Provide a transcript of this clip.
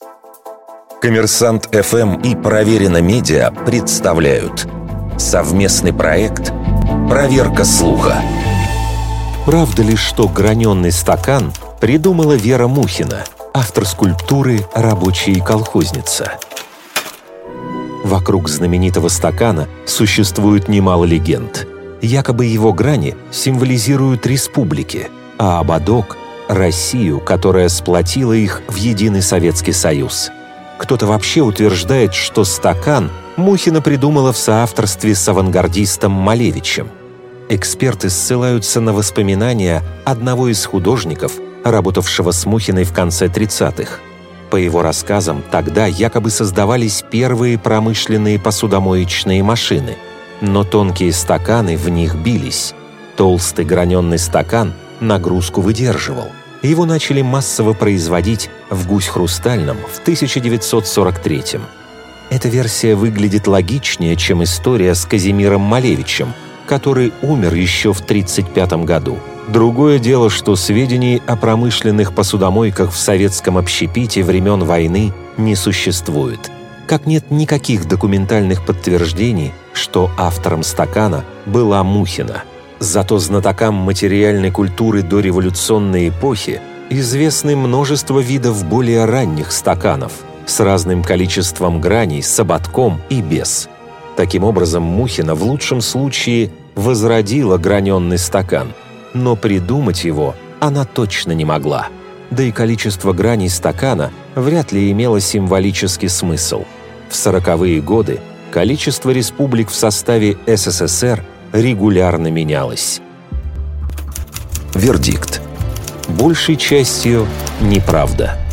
Коммерсант ФМ и Проверено Медиа представляют совместный проект «Проверка слуха». Правда ли, что граненый стакан придумала Вера Мухина, автор скульптуры «Рабочая и колхозница»? Вокруг знаменитого стакана существует немало легенд. Якобы его грани символизируют республики, а ободок – Россию, которая сплотила их в единый Советский Союз. Кто-то вообще утверждает, что стакан Мухина придумала в соавторстве с авангардистом Малевичем. Эксперты ссылаются на воспоминания одного из художников, работавшего с Мухиной в конце 30-х. По его рассказам, тогда якобы создавались первые промышленные посудомоечные машины, но тонкие стаканы в них бились. Толстый граненый стакан нагрузку выдерживал. Его начали массово производить в Гусь-Хрустальном в 1943-м. Эта версия выглядит логичнее, чем история с Казимиром Малевичем, который умер еще в 1935 году. Другое дело, что сведений о промышленных посудомойках в советском общепите времен войны не существует. Как нет никаких документальных подтверждений, что автором стакана была Мухина. Зато знатокам материальной культуры дореволюционной эпохи известны множество видов более ранних стаканов с разным количеством граней, с ободком и без. Таким образом, Мухина в лучшем случае возродила граненый стакан, но придумать его она точно не могла. Да и количество граней стакана вряд ли имело символический смысл. В 40-е годы количество республик в составе СССР регулярно менялось. Вердикт. Большей частью неправда.